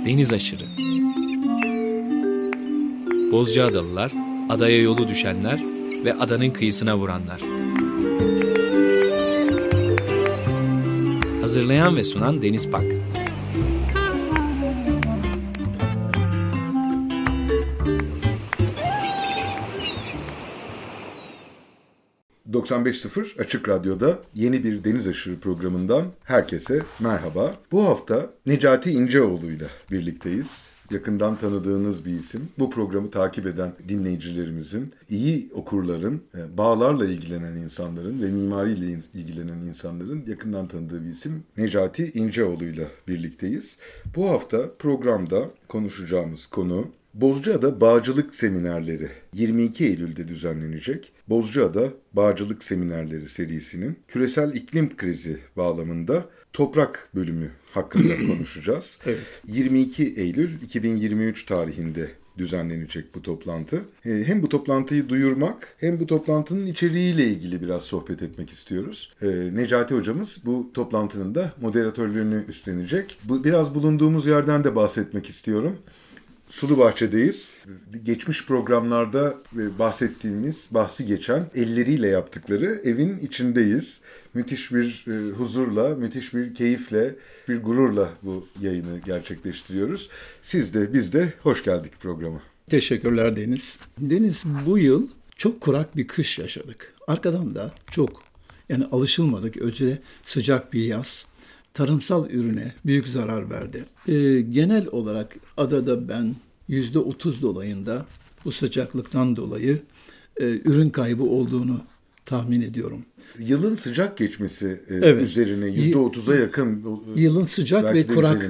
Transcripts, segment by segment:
Deniz aşırı. Bozcaadalılar, adaya yolu düşenler ve adanın kıyısına vuranlar. Hazırlayan ve sunan Deniz Pak. ...95.0 Açık Radyo'da yeni bir Deniz Aşırı programından herkese merhaba. Bu hafta Necati İnceoğlu'yla birlikteyiz. Yakından tanıdığınız bir isim. Bu programı takip eden dinleyicilerimizin, iyi okurların, bağlarla ilgilenen insanların ve mimariyle ilgilenen insanların yakından tanıdığı bir isim Necati İnceoğlu'yla birlikteyiz. Bu hafta programda konuşacağımız konu Bozcaada Bağcılık Seminerleri 22 Eylül'de düzenlenecek. Bozcaada Bağcılık Seminerleri serisinin küresel iklim krizi bağlamında toprak bölümü hakkında konuşacağız. Evet. 22 Eylül 2023 tarihinde düzenlenecek bu toplantı. Hem bu toplantıyı duyurmak hem bu toplantının içeriğiyle ilgili biraz sohbet etmek istiyoruz. Necati hocamız bu toplantının da moderatörlüğünü üstlenecek. Biraz bulunduğumuz yerden de bahsetmek istiyorum. Sulubahçe'deyiz. Geçmiş programlarda bahsi geçen elleriyle yaptıkları evin içindeyiz. Müthiş bir huzurla, müthiş bir keyifle, bir gururla bu yayını gerçekleştiriyoruz. Biz de hoş geldik programa. Teşekkürler Deniz. Deniz, bu yıl çok kurak bir kış yaşadık. Arkadan da alışılmadık öyle sıcak bir yaz. Tarımsal ürüne büyük zarar verdi. Genel olarak adada ben %30 dolayında bu sıcaklıktan dolayı ürün kaybı olduğunu tahmin ediyorum. Yılın sıcak geçmesi üzerine %30'a yakın. Yılın sıcak ve kurak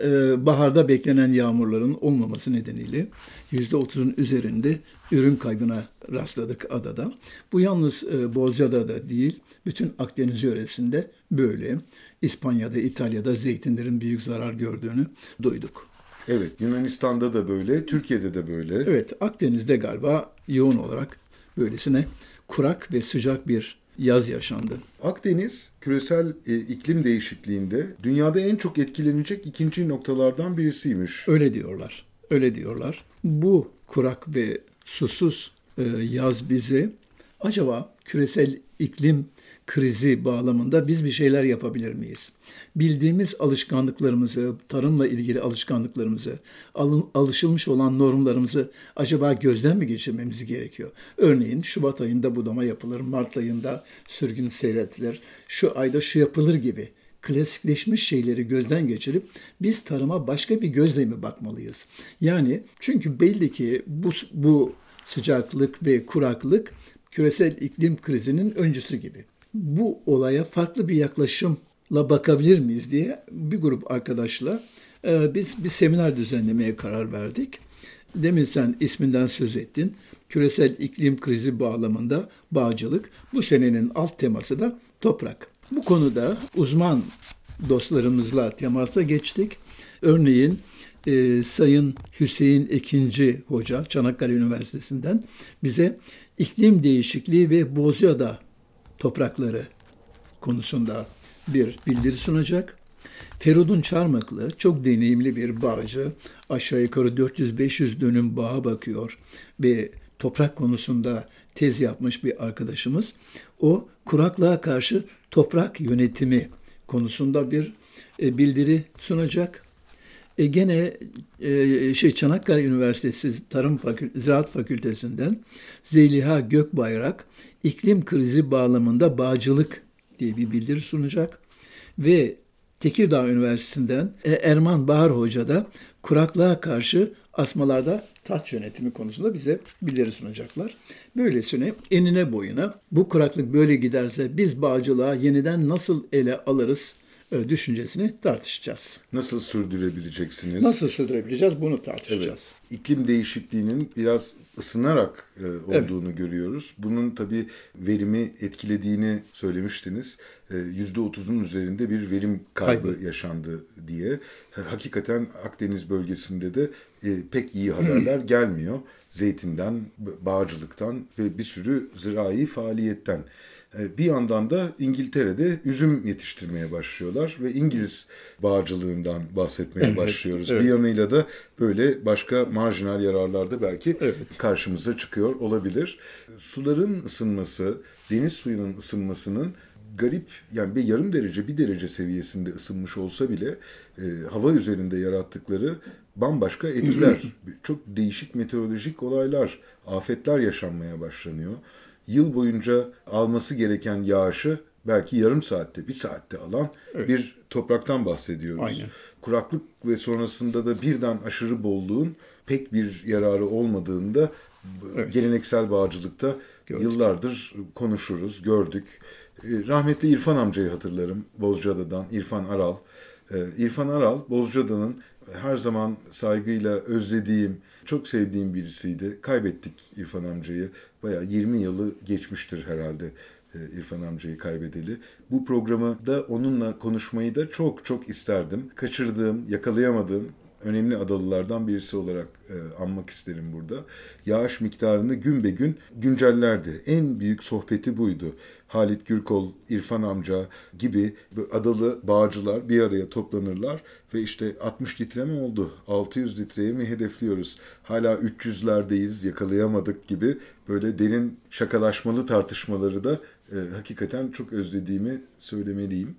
baharda beklenen yağmurların olmaması nedeniyle %30'un üzerinde ürün kaybına rastladık adada. Bu yalnız Bozcaada'da değil, bütün Akdeniz yöresinde böyle. İspanya'da, İtalya'da zeytinlerin büyük zarar gördüğünü duyduk. Evet, Yunanistan'da da böyle, Türkiye'de de böyle. Evet, Akdeniz'de galiba yoğun olarak böylesine kurak ve sıcak bir yaz yaşandı. Akdeniz, küresel iklim değişikliğinde dünyada en çok etkilenecek ikinci noktalardan birisiymiş. Öyle diyorlar. Bu kurak ve susuz yaz bize acaba küresel iklim krizi bağlamında biz bir şeyler yapabilir miyiz? Bildiğimiz alışkanlıklarımızı, tarımla ilgili alışkanlıklarımızı, alışılmış olan normlarımızı acaba gözden mi geçirmemiz gerekiyor? Örneğin Şubat ayında budama yapılır, Mart ayında sürgün seyredilir, şu ayda şu yapılır gibi klasikleşmiş şeyleri gözden geçirip biz tarıma başka bir gözle mi bakmalıyız? Yani çünkü belli ki bu sıcaklık ve kuraklık küresel iklim krizinin öncüsü gibi. Bu olaya farklı bir yaklaşımla bakabilir miyiz diye bir grup arkadaşla biz bir seminer düzenlemeye karar verdik. Demin sen isminden söz ettin. Küresel iklim krizi bağlamında bağcılık. Bu senenin alt teması da toprak. Bu konuda uzman dostlarımızla temasa geçtik. Örneğin Sayın Hüseyin Ekinci Hoca Çanakkale Üniversitesi'nden bize iklim değişikliği ve Bozcaada toprakları konusunda bir bildiri sunacak. Feridun Çarmaklı çok deneyimli bir bağcı, aşağı yukarı 400-500 dönüm bağa bakıyor ve toprak konusunda tez yapmış bir arkadaşımız. O kuraklığa karşı toprak yönetimi konusunda bir bildiri sunacak. Çanakkale Üniversitesi Ziraat Fakültesinden Zeliha Gökbayrak iklim krizi bağlamında bağcılık diye bir bildiri sunacak ve Tekirdağ Üniversitesi'nden Erman Bahar Hoca da kuraklığa karşı asmalarda taç yönetimi konusunda bize bildiri sunacaklar. Böylesine enine boyuna bu kuraklık böyle giderse biz bağcılığa yeniden nasıl ele alırız düşüncesini tartışacağız. Nasıl sürdürebileceksiniz? Nasıl sürdürebileceğiz bunu tartışacağız. Evet. İklim değişikliğinin biraz ısınarak olduğunu görüyoruz. Bunun tabii verimi etkilediğini söylemiştiniz. %30'un üzerinde bir verim kaybı yaşandı diye. Hakikaten Akdeniz bölgesinde de pek iyi haberler gelmiyor. Zeytinden, bağcılıktan ve bir sürü zirai faaliyetten. Bir yandan da İngiltere'de üzüm yetiştirmeye başlıyorlar ve İngiliz bağcılığından bahsetmeye başlıyoruz. evet. Bir yanıyla da böyle başka marjinal yararlar da belki karşımıza çıkıyor olabilir. Suların ısınması, deniz suyunun ısınmasının garip, yani bir yarım derece, bir derece seviyesinde ısınmış olsa bile hava üzerinde yarattıkları bambaşka etkiler. Çok değişik meteorolojik olaylar, afetler yaşanmaya başlanıyor. Yıl boyunca alması gereken yağışı belki yarım saatte, bir saatte alan bir topraktan bahsediyoruz. Aynen. Kuraklık ve sonrasında da birden aşırı bolluğun pek bir yararı olmadığında geleneksel bağcılıkta yıllardır konuşuruz, gördük. Rahmetli İrfan amcayı hatırlarım, Bozcaada'dan İrfan Aral. İrfan Aral, Bozcaada'nın her zaman saygıyla özlediğim, çok sevdiğim birisiydi. Kaybettik İrfan amcayı. Bayağı 20 yılı geçmiştir herhalde İrfan amcayı kaybedeli. Bu programı da onunla konuşmayı da çok çok isterdim. Kaçırdığım, yakalayamadığım önemli adalılardan birisi olarak anmak isterim burada. Yağış miktarını gün be gün güncellerdi. En büyük sohbeti buydu. Halit Gürkol, İrfan amca gibi adalı bağcılar bir araya toplanırlar ve işte 60 litre mi oldu, 600 litreye mi hedefliyoruz, hala 300'lerdeyiz, yakalayamadık gibi böyle derin şakalaşmalı tartışmaları da hakikaten çok özlediğimi söylemeliyim.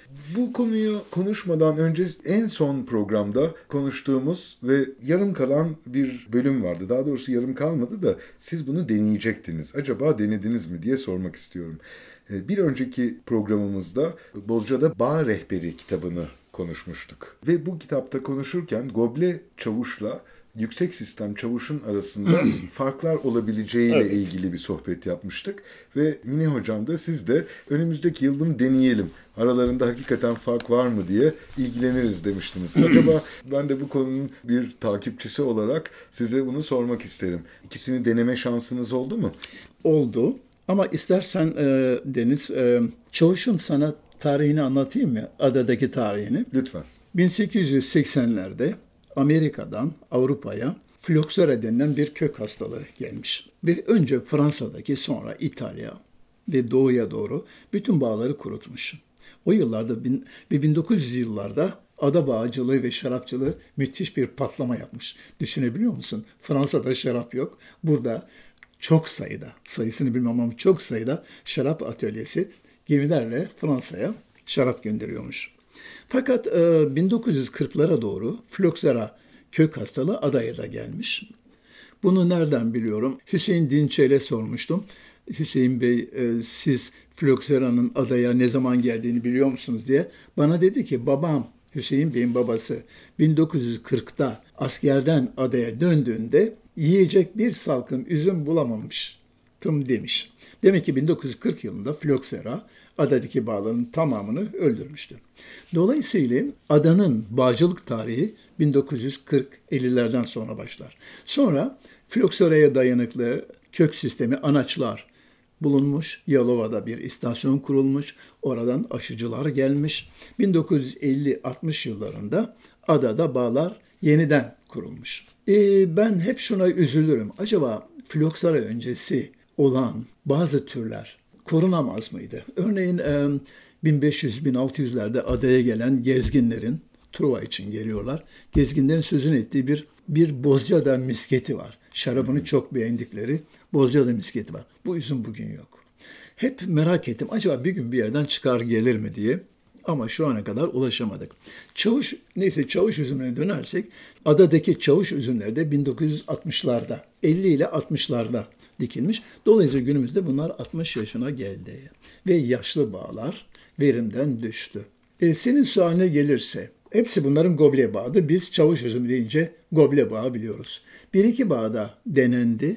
Bu konuyu konuşmadan önce en son programda konuştuğumuz ve yarım kalan bir bölüm vardı. Daha doğrusu yarım kalmadı da siz bunu deneyecektiniz. Acaba denediniz mi diye sormak istiyorum. Bir önceki programımızda Bozcaada Bağ Rehberi kitabını konuşmuştuk. Ve bu kitapta konuşurken Goble Çavuş'la yüksek sistem çavuşun arasında farklar olabileceğiyle ilgili bir sohbet yapmıştık. Ve Mine Hocam da siz de önümüzdeki yıl bunu deneyelim, aralarında hakikaten fark var mı diye ilgileniriz demiştiniz. Acaba ben de bu konunun bir takipçisi olarak size bunu sormak isterim. İkisini deneme şansınız oldu mu? Oldu. Ama istersen Deniz, Çavuş'un sana tarihini anlatayım mı? Adadaki tarihini. Lütfen. 1880'lerde Amerika'dan Avrupa'ya floksera denilen bir kök hastalığı gelmiş. Ve önce Fransa'daki, sonra İtalya ve doğuya doğru bütün bağları kurutmuş. O yıllarda ve 1900 yıllarda ada bağcılığı ve şarapçılığı müthiş bir patlama yapmış. Düşünebiliyor musun? Fransa'da şarap yok. Burada çok sayıda, sayısını bilmem ama çok sayıda şarap atölyesi gemilerle Fransa'ya şarap gönderiyormuş. Fakat 1940'lara doğru floksera kök hastalığı adaya da gelmiş. Bunu nereden biliyorum? Hüseyin Dinçel'e sormuştum. Hüseyin Bey, siz floksera'nın adaya ne zaman geldiğini biliyor musunuz diye. Bana dedi ki babam, Hüseyin Bey'in babası 1940'ta askerden adaya döndüğünde yiyecek bir salkım üzüm bulamamıştım demiş. Demek ki 1940 yılında floksera adadaki bağların tamamını öldürmüştü. Dolayısıyla adanın bağcılık tarihi 1940-50'lerden sonra başlar. Sonra flokseraya dayanıklı kök sistemi anaçlar bulunmuş. Yalova'da bir istasyon kurulmuş. Oradan aşıcılar gelmiş. 1950-60 yıllarında adada bağlar yeniden kurulmuş. Ben hep şuna üzülürüm. Acaba floksera öncesi olan bazı türler korunamaz mıydı? Örneğin 1500-1600'lerde adaya gelen gezginlerin, Truva için geliyorlar, gezginlerin sözünü ettiği bir Bozcaada misketi var. Şarabını çok beğendikleri Bozcaada misketi var. Bu üzüm bugün yok. Hep merak ettim, acaba bir gün bir yerden çıkar gelir mi diye. Ama şu ana kadar ulaşamadık. Çavuş üzümüne dönersek, adadaki çavuş üzümleri de 1960'larda, 50 ile 60'larda dikilmiş. Dolayısıyla günümüzde bunlar 60 yaşına geldi. Ve yaşlı bağlar verimden düştü. Senin sualine gelirse, hepsi bunların goble bağıdı. Biz çavuş üzümü deyince goble bağı biliyoruz. Bir iki bağda denendi.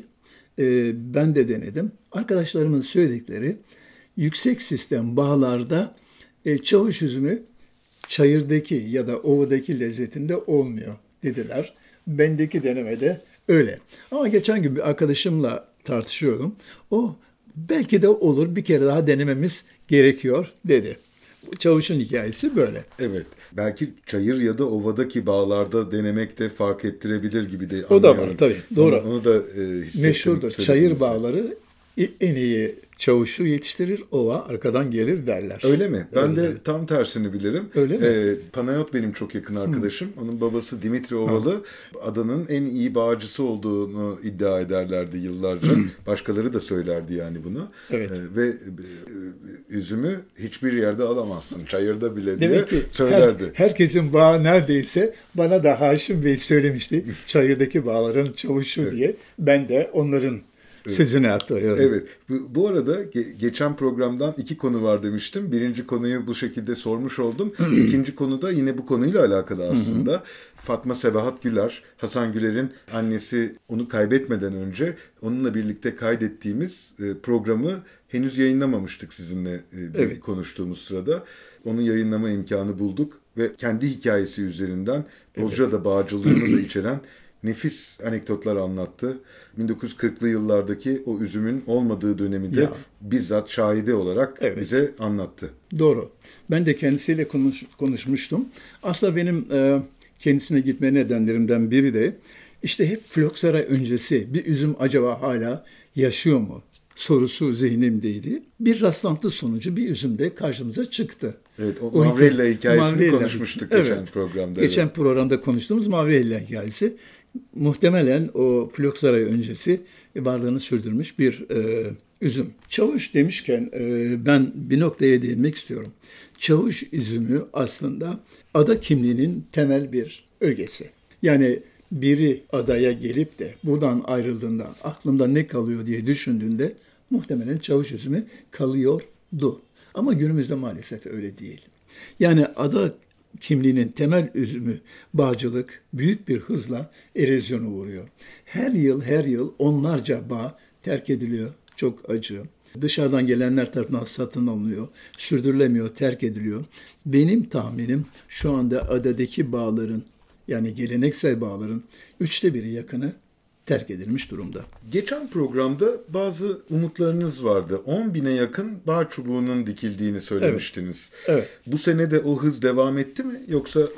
Ben de denedim. Arkadaşlarımın söyledikleri yüksek sistem bağlarda çavuş üzümü çayırdaki ya da ovadaki lezzetinde olmuyor dediler. Bendeki denemede öyle. Ama geçen gün bir arkadaşımla tartışıyorum. O belki de olur, bir kere daha denememiz gerekiyor dedi. Çavuşun hikayesi böyle. Evet. Belki çayır ya da ovadaki bağlarda denemek de fark ettirebilir gibi de O da anlıyorum. var tabii. Doğru. Onu da hissettim. Meşhurdur. Çayır bağları en iyi çavuşu yetiştirir, ova arkadan gelir derler. Öyle mi? Ben Öyle de derler. tam tersini bilirim. Öyle mi? Panayot benim çok yakın arkadaşım. Onun babası Dimitri Ovalı adanın en iyi bağcısı olduğunu iddia ederlerdi yıllarca. Başkaları da söylerdi yani bunu. Evet. Ve üzümü hiçbir yerde alamazsın. Çayırda bile diye Demek ki söylerdi. herkesin bağı neredeyse, bana da Haşim Bey söylemişti. Çayırdaki bağların çavuşu diye. Ben de onların sözünü aktarıyorum. Evet. Bu arada geçen programdan 2 konu var demiştim. Birinci konuyu bu şekilde sormuş oldum. İkinci konu da yine bu konuyla alakalı aslında. Fatma Sebahat Güler, Hasan Güler'in annesi, onu kaybetmeden önce onunla birlikte kaydettiğimiz programı henüz yayınlamamıştık sizinle Evet. konuştuğumuz sırada. Onu yayınlama imkanı bulduk ve kendi hikayesi üzerinden Bozcaada bağcılığını da içeren nefis anekdotlar anlattı. 1940'lı yıllardaki o üzümün olmadığı döneminde bizzat şahide olarak bize anlattı. Doğru. Ben de kendisiyle konuşmuştum. Aslında benim kendisine gitme nedenlerimden biri de işte hep Floksara öncesi bir üzüm acaba hala yaşıyor mu sorusu zihnimdeydi. Bir rastlantı sonucu bir üzüm de karşımıza çıktı. Evet, o Mavrella hikayesini Mavrella. konuşmuştuk geçen programda. Geçen programda konuştuğumuz Mavrella hikayesi. Muhtemelen o Floksara öncesi varlığını sürdürmüş bir üzüm. Çavuş demişken ben bir noktaya değinmek istiyorum. Çavuş üzümü aslında ada kimliğinin temel bir ögesi. Yani biri adaya gelip de buradan ayrıldığında aklımda ne kalıyor diye düşündüğünde muhtemelen çavuş üzümü kalıyordu. Ama günümüzde maalesef öyle değil. Yani ada kimliğinin temel üzümü bağcılık büyük bir hızla erozyona uğruyor. Her yıl onlarca bağ terk ediliyor. Çok acı. Dışarıdan gelenler tarafından satın alınıyor, sürdürülemiyor, terk ediliyor. Benim tahminim şu anda adadaki bağların, yani geleneksel bağların 1/3 yakını terk edilmiş durumda. Geçen programda bazı umutlarınız vardı. 10.000'e yakın bağ çubuğunun dikildiğini söylemiştiniz. Evet. Bu sene de o hız devam etti mi? Yoksa...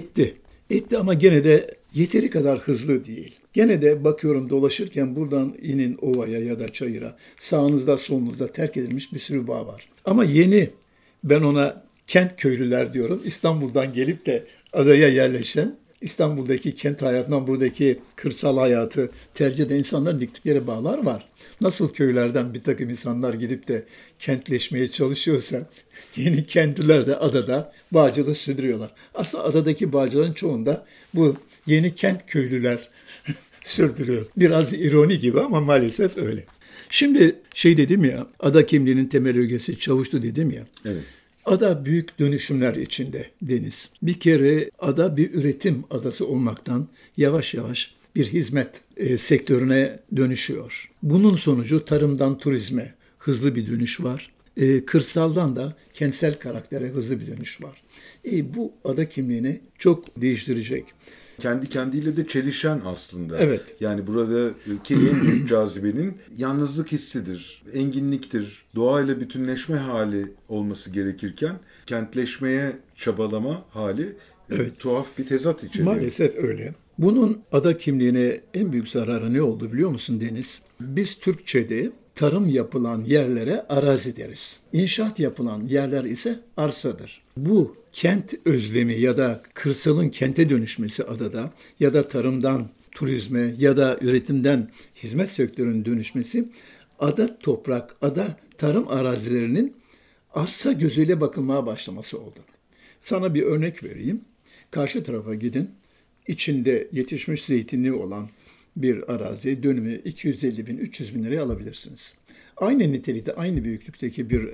Etti ama gene de yeteri kadar hızlı değil. Gene de bakıyorum dolaşırken buradan inin ovaya ya da çayıra, sağınızda solunuzda terk edilmiş bir sürü bağ var. Ama yeni, ben ona kent köylüler diyorum, İstanbul'dan gelip de adaya yerleşen, İstanbul'daki kent hayatından buradaki kırsal hayatı tercih eden insanların diktikleri bağlar var. Nasıl köylerden bir takım insanlar gidip de kentleşmeye çalışıyorsa, yeni kentliler de adada bağcılığı sürdürüyorlar. Aslında adadaki bağcıların çoğunda bu yeni kent köylüler sürdürüyor. Biraz ironi gibi ama maalesef öyle. Şimdi dedim ya, ada kimliğinin temel ögesi çavuştu dedim ya. Evet. Ada büyük dönüşümler içinde Deniz. Bir kere ada bir üretim adası olmaktan yavaş yavaş bir hizmet sektörüne dönüşüyor. Bunun sonucu tarımdan turizme hızlı bir dönüş var. Kırsaldan da kentsel karaktere hızlı bir dönüş var. Bu ada kimliğini çok değiştirecek. Kendi kendiyle de çelişen aslında. Evet. Yani buradaki en büyük cazibenin yalnızlık hissidir, enginliktir, doğayla bütünleşme hali olması gerekirken kentleşmeye çabalama hali tuhaf bir tezat içeriyor. Maalesef öyle. Bunun ada kimliğine en büyük zararı ne oldu biliyor musun Deniz? Biz Türkçe'de tarım yapılan yerlere arazi deriz. İnşaat yapılan yerler ise arsadır. Bu kent özlemi ya da kırsalın kente dönüşmesi adada ya da tarımdan turizme ya da üretimden hizmet sektörünün dönüşmesi ada toprak, ada tarım arazilerinin arsa gözüyle bakılmaya başlaması oldu. Sana bir örnek vereyim. Karşı tarafa gidin. İçinde yetişmiş zeytinliği olan bir arazi dönümü 250 bin, 300 bin liraya alabilirsiniz. Aynı nitelikte, aynı büyüklükteki bir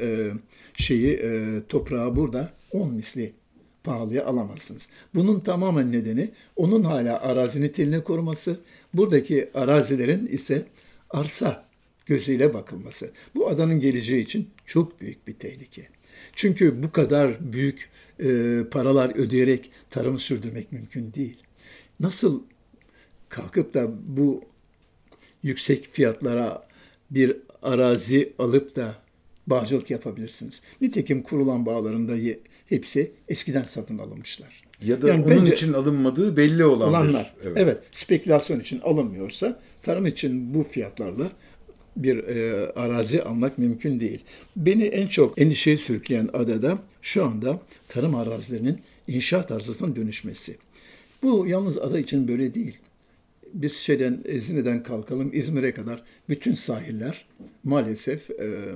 toprağı burada 10 misli pahalıya alamazsınız. Bunun tamamen nedeni onun hala arazi niteliğini koruması, buradaki arazilerin ise arsa gözüyle bakılması. Bu adanın geleceği için çok büyük bir tehlike. Çünkü bu kadar büyük paralar ödeyerek tarımı sürdürmek mümkün değil. Nasıl kalkıp da bu yüksek fiyatlara bir arazi alıp da bağcılık yapabilirsiniz? Nitekim kurulan bağların da hepsi eskiden satın alınmışlar. Ya da yani onun için alınmadığı belli olanlar. Evet, spekülasyon için alınmıyorsa tarım için bu fiyatlarla bir arazi almak mümkün değil. Beni en çok endişeye sürükleyen adada şu anda tarım arazilerinin inşaat arzasına dönüşmesi. Bu yalnız ada için böyle değil. Biz Ezine'den kalkalım İzmir'e kadar bütün sahiller maalesef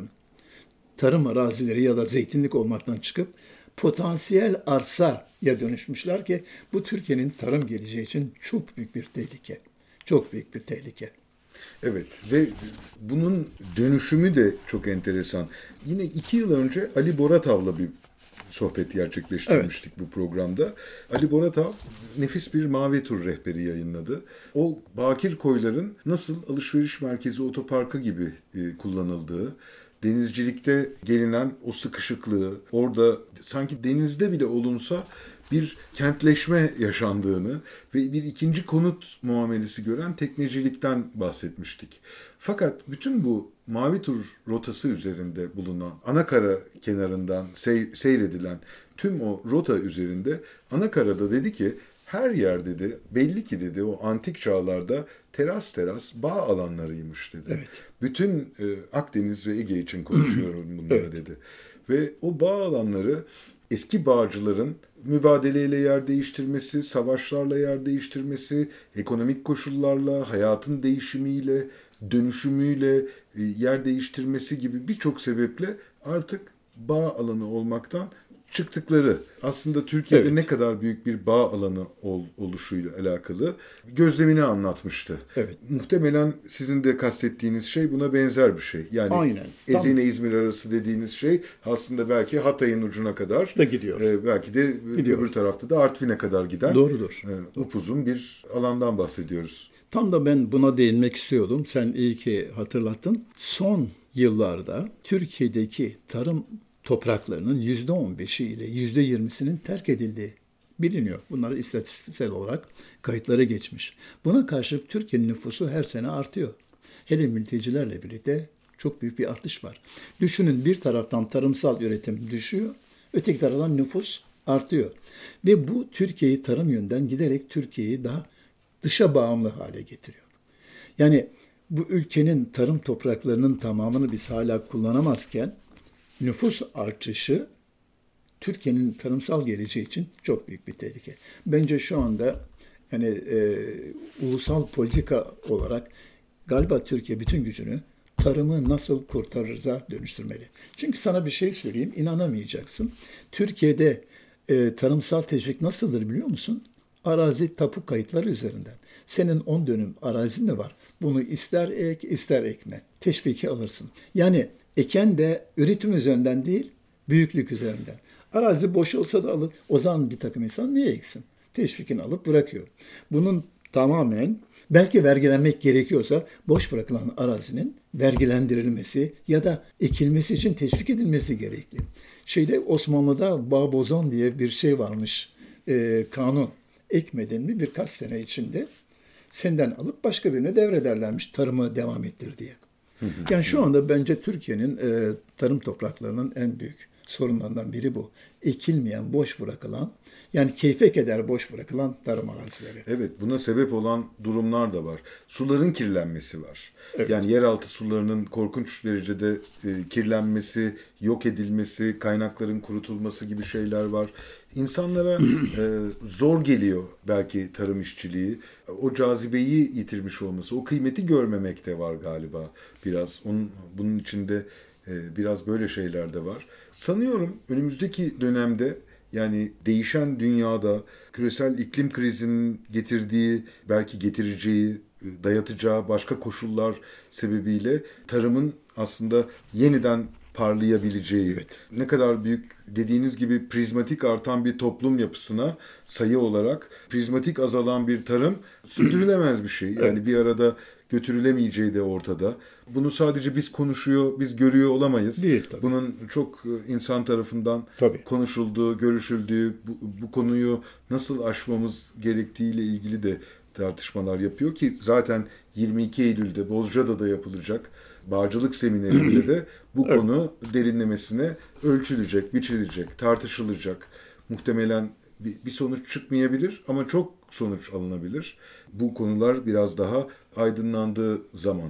tarım arazileri ya da zeytinlik olmaktan çıkıp potansiyel arsaya dönüşmüşler ki bu Türkiye'nin tarım geleceği için çok büyük bir tehlike. Çok büyük bir tehlike. Evet ve bunun dönüşümü de çok enteresan. Yine 2 yıl önce Ali Boratav'la bir sohbet gerçekleştirmiştik bu programda. Ali Boratav nefis bir mavi tur rehberi yayınladı. O bakir koyların nasıl alışveriş merkezi otoparkı gibi kullanıldığı, denizcilikte gelinen o sıkışıklığı, orada sanki denizde bile olunsa bir kentleşme yaşandığını ve bir ikinci konut muamelesi gören teknecilikten bahsetmiştik. Fakat bütün bu mavi tur rotası üzerinde bulunan anakara kenarından seyredilen tüm o rota üzerinde anakarada dedi ki her yer dedi belli ki dedi o antik çağlarda teras bağ alanlarıymış dedi. Evet. Bütün Akdeniz ve Ege için konuşuyorum bunları Evet. dedi. Ve o bağ alanları eski bağcıların mübadeleyle yer değiştirmesi, savaşlarla yer değiştirmesi, ekonomik koşullarla, hayatın değişimiyle, dönüşümüyle yer değiştirmesi gibi birçok sebeple artık bağ alanı olmaktan çıktıkları, aslında Türkiye'de Evet. ne kadar büyük bir bağ alanı oluşuyla alakalı gözlemini anlatmıştı. Evet. Muhtemelen sizin de kastettiğiniz şey buna benzer bir şey. Yani Aynen. Ezine-İzmir arası dediğiniz şey aslında belki Hatay'ın ucuna kadar Da gidiyor. Belki de Gidiyor. öbür tarafta da Artvin'e kadar giden Doğrudur. upuzun bir alandan bahsediyoruz. Tam da ben buna değinmek istiyordum. Sen iyi ki hatırlattın. Son yıllarda Türkiye'deki tarım topraklarının %15'i ile %20'sinin terk edildiği biliniyor. Bunlar istatistiksel olarak kayıtlara geçmiş. Buna karşılık Türkiye'nin nüfusu her sene artıyor. Hele mültecilerle birlikte çok büyük bir artış var. Düşünün, bir taraftan tarımsal üretim düşüyor, öteki taraftan nüfus artıyor. Ve bu Türkiye'yi tarım yönden giderek Türkiye'yi daha dışa bağımlı hale getiriyor. Yani bu ülkenin tarım topraklarının tamamını biz hala kullanamazken nüfus artışı Türkiye'nin tarımsal geleceği için çok büyük bir tehlike. Bence şu anda yani ulusal politika olarak galiba Türkiye bütün gücünü tarımı nasıl kurtarırıza dönüştürmeli. Çünkü sana bir şey söyleyeyim, inanamayacaksın. Türkiye'de tarımsal teşvik nasıldır biliyor musun? Arazi tapu kayıtları üzerinden. Senin 10 dönüm arazin mi var? Bunu ister ek, ister ekme. Teşviki alırsın. Yani eken de üretim üzerinden değil, büyüklük üzerinden. Arazi boş olsa da alır. O zaman bir takım insan niye eksin? Teşvikini alıp bırakıyor. Bunun tamamen belki vergilenmek gerekiyorsa boş bırakılan arazinin vergilendirilmesi ya da ekilmesi için teşvik edilmesi gerekli. Osmanlı'da bağ bozan diye bir şey varmış, kanun. Ekmedin mi birkaç sene içinde senden alıp başka birine devrederlermiş tarımı devam ettir diye. Yani şu anda bence Türkiye'nin tarım topraklarının en büyük sorunlarından biri bu. Ekilmeyen, boş bırakılan, yani keyfe keder boş bırakılan tarım arazileri. Evet, buna sebep olan durumlar da var. Suların kirlenmesi var. Evet. Yani yeraltı sularının korkunç derecede kirlenmesi, yok edilmesi, kaynakların kurutulması gibi şeyler var. İnsanlara zor geliyor belki tarım işçiliği. O cazibeyi yitirmiş olması, o kıymeti görmemek de var galiba biraz. Bunun içinde biraz böyle şeyler de var. Sanıyorum önümüzdeki dönemde, yani değişen dünyada küresel iklim krizinin getirdiği, belki getireceği, dayatacağı başka koşullar sebebiyle tarımın aslında yeniden parlayabileceği, Evet. ne kadar büyük, dediğiniz gibi prizmatik artan bir toplum yapısına sayı olarak prizmatik azalan bir tarım sürdürülemez bir şey. Yani Evet. bir arada götürülemeyeceği de ortada. Bunu sadece biz konuşuyor, biz görüyor olamayız. Değil tabii. Bunun çok insan tarafından Tabii. konuşulduğu, görüşüldüğü, bu konuyu nasıl aşmamız gerektiğiyle ilgili de tartışmalar yapıyor ki zaten 22 Eylül'de Bozcaada'da yapılacak bağcılık seminerinde de bu konu derinlemesine ölçülecek, biçilecek, tartışılacak. Muhtemelen bir sonuç çıkmayabilir ama çok sonuç alınabilir. Bu konular biraz daha aydınlandığı zaman.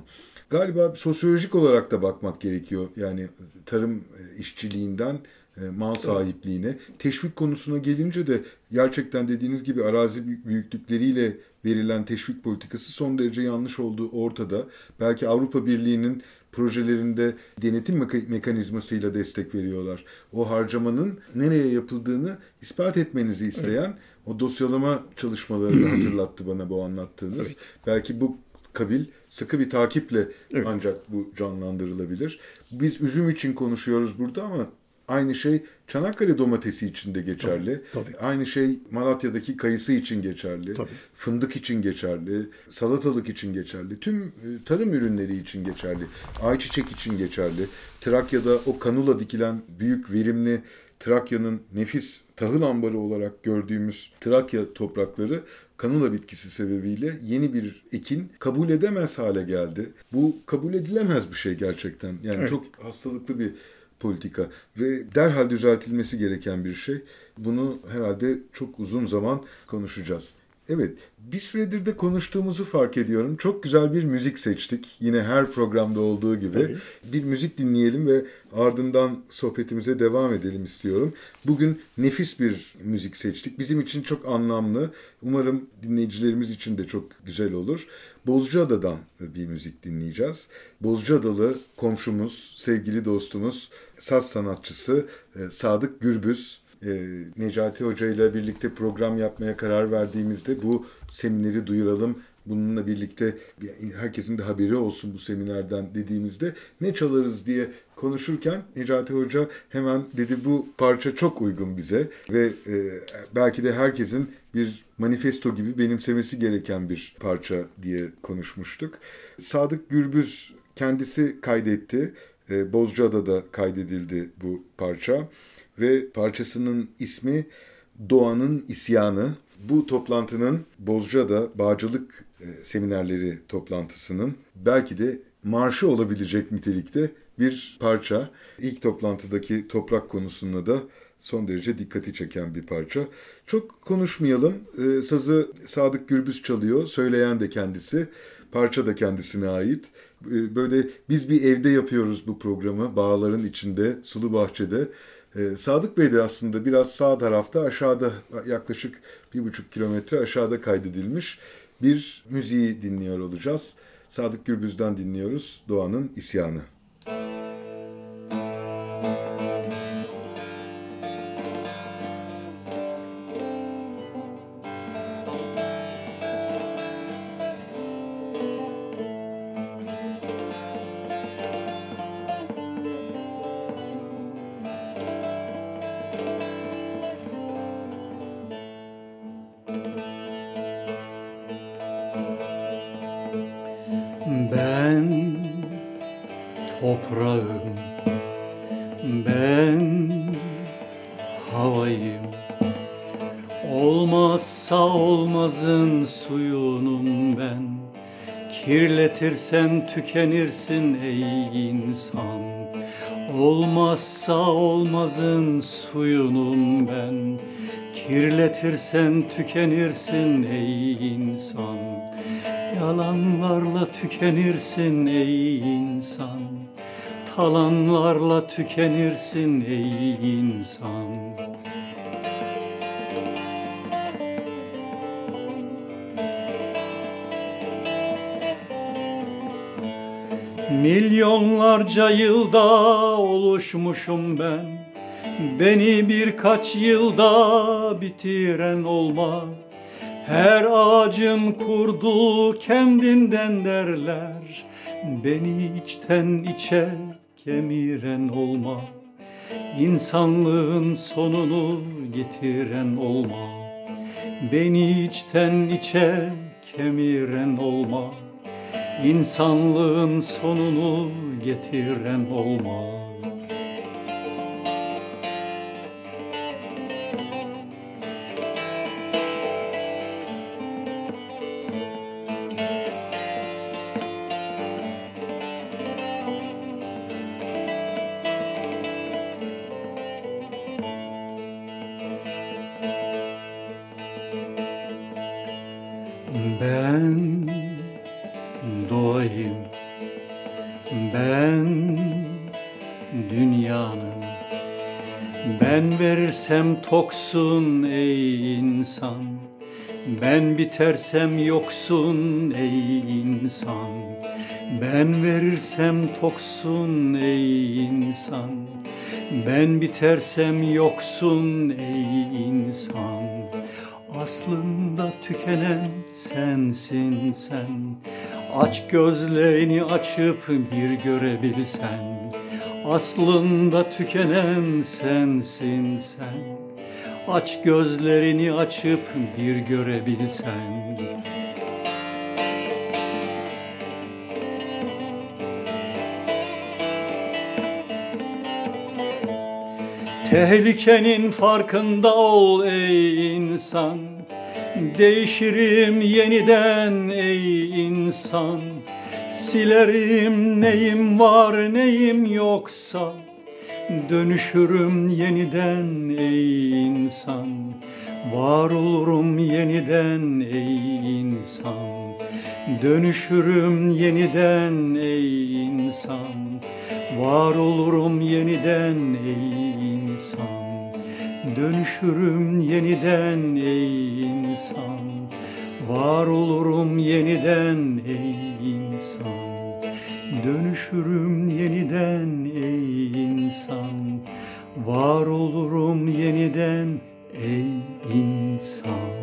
galiba sosyolojik olarak da bakmak gerekiyor. Yani tarım işçiliğinden mal sahipliğine. Teşvik konusuna gelince de gerçekten dediğiniz gibi arazi büyüklükleriyle verilen teşvik politikası son derece yanlış olduğu ortada. Belki Avrupa Birliği'nin projelerinde denetim mekanizmasıyla destek veriyorlar. O harcamanın nereye yapıldığını ispat etmenizi isteyen o dosyalama çalışmalarını hatırlattı bana bu anlattığınız. Evet. Belki bu kabil sıkı bir takiple ancak bu canlandırılabilir. Biz üzüm için konuşuyoruz burada ama aynı şey Çanakkale domatesi için de geçerli. Tabii. Aynı şey Malatya'daki kayısı için geçerli. Tabii. Fındık için geçerli. Salatalık için geçerli. Tüm tarım ürünleri için geçerli. Ayçiçek için geçerli. Trakya'da o kanula dikilen büyük verimli Trakya'nın nefis tahıl ambarı olarak gördüğümüz Trakya toprakları kanula bitkisi sebebiyle yeni bir ekin kabul edemez hale geldi. Bu kabul edilemez bir şey gerçekten. Yani çok hastalıklı bir politika ve derhal düzeltilmesi gereken bir şey. Bunu herhalde çok uzun zaman konuşacağız. Evet, bir süredir de konuştuğumuzu fark ediyorum. Çok güzel bir müzik seçtik. Yine her programda olduğu gibi. Tabii. Bir müzik dinleyelim ve ardından sohbetimize devam edelim istiyorum. Bugün nefis bir müzik seçtik. Bizim için çok anlamlı. Umarım dinleyicilerimiz için de çok güzel olur. Bozcaada'dan bir müzik dinleyeceğiz. Bozcaadalı komşumuz, sevgili dostumuz, saz sanatçısı Sadık Gürbüz. Necati Hoca ile birlikte program yapmaya karar verdiğimizde bu semineri duyuralım, bununla birlikte herkesin de haberi olsun bu seminerden dediğimizde ne çalarız diye konuşurken Necati Hoca hemen dedi bu parça çok uygun bize ve belki de herkesin bir manifesto gibi benimsemesi gereken bir parça diye konuşmuştuk. Sadık Gürbüz kendisi kaydetti. Bozcaada'da kaydedildi bu parça. Ve parçasının ismi Doğanın İsyanı. Bu toplantının Bozcaada Bağcılık Seminerleri toplantısının belki de marşı olabilecek nitelikte bir parça. İlk toplantıdaki toprak konusunda da son derece dikkati çeken bir parça. Çok konuşmayalım. Sazı Sadık Gürbüz çalıyor. Söyleyen de kendisi. Parça da kendisine ait. Böyle biz bir evde yapıyoruz bu programı. Bağların içinde, sulu bahçede. Sadık Bey de aslında biraz sağ tarafta aşağıda yaklaşık 1,5 kilometre aşağıda kaydedilmiş bir müziği dinliyor olacağız. Sadık Gürbüz'den dinliyoruz Doğanın İsyanı. Ben toprağım, ben havayım, olmazsa olmazın suyunum ben. Kirletirsen tükenirsin ey insan, olmazsa olmazın suyunum ben. Kirletirsen tükenirsin ey insan. Yalanlarla tükenirsin ey insan, talanlarla tükenirsin ey insan. Milyonlarca yılda oluşmuşum ben, beni birkaç yılda bitiren olma. Her ağacın kurdu kendinden derler, beni içten içe kemiren olma. İnsanlığın sonunu getiren olma. Beni içten içe kemiren olma. İnsanlığın sonunu getiren olma. Ben doğayım, dünyanın. Ben verirsem toksun ey insan, ben bitersem yoksun ey insan. Ben verirsem toksun ey insan, ben bitersem yoksun ey insan. Aslında tükenen sensin sen, aç gözlerini açıp bir görebilsen. Aslında tükenen sensin sen, aç gözlerini açıp bir görebilsen. Tehlikenin farkında ol ey insan, değişirim yeniden ey insan. Silerim neyim var neyim yoksa, dönüşürüm yeniden ey insan. Var olurum yeniden ey insan, dönüşürüm yeniden ey insan. Var olurum yeniden ey insan, dönüşürüm yeniden ey insan. Var olurum yeniden ey insan, dönüşürüm yeniden ey insan. Var olurum yeniden ey insan.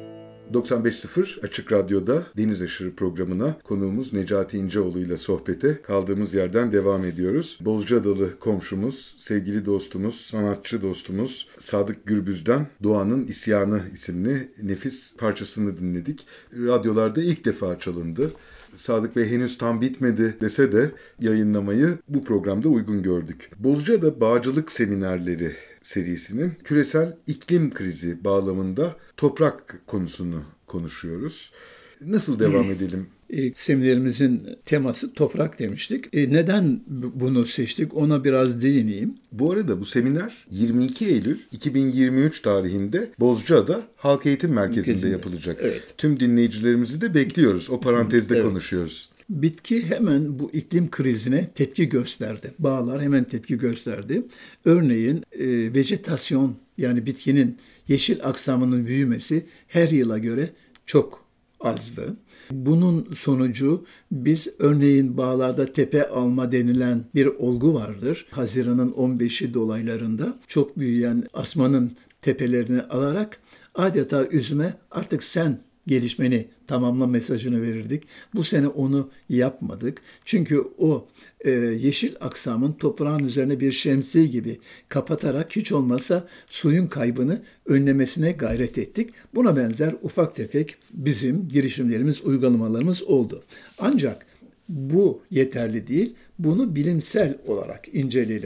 95.0 Açık Radyo'da Deniz Aşırı programına konuğumuz Necati İnceoğlu ile sohbete kaldığımız yerden devam ediyoruz. Bozcaadalı komşumuz, sevgili dostumuz, sanatçı dostumuz Sadık Gürbüz'den Doğanın İsyanı isimli nefis parçasını dinledik. Radyolarda ilk defa çalındı. Sadık Bey henüz tam bitmedi dese de yayınlamayı bu programda uygun gördük. Bozcaada Bağcılık Seminerleri serisinin küresel iklim krizi bağlamında toprak konusunu konuşuyoruz. Nasıl devam edelim? Seminerimizin teması toprak demiştik. Neden bunu seçtik ona biraz değineyim. Bu arada bu seminer 22 Eylül 2023 tarihinde Bozcaada Halk Eğitim Merkezi'nde yapılacak. Evet. Tüm dinleyicilerimizi de bekliyoruz. O parantezde konuşuyoruz. Bitki hemen bu iklim krizine tepki gösterdi. Bağlar hemen tepki gösterdi. Örneğin vejetasyon yani bitkinin yeşil aksamının büyümesi her yıla göre çok azdı. Bunun sonucu biz örneğin bağlarda tepe alma denilen bir olgu vardır. Haziran'ın 15'i dolaylarında çok büyüyen asmanın tepelerini alarak adeta üzüme artık sen gelişmeni tamamla mesajını verirdik. Bu sene onu yapmadık. Çünkü o yeşil aksamın toprağın üzerine bir şemsiye gibi kapatarak hiç olmazsa suyun kaybını önlemesine gayret ettik. Buna benzer ufak tefek bizim girişimlerimiz, uygulamalarımız oldu. Ancak bu yeterli değil. Bunu bilimsel olarak inceleyelim.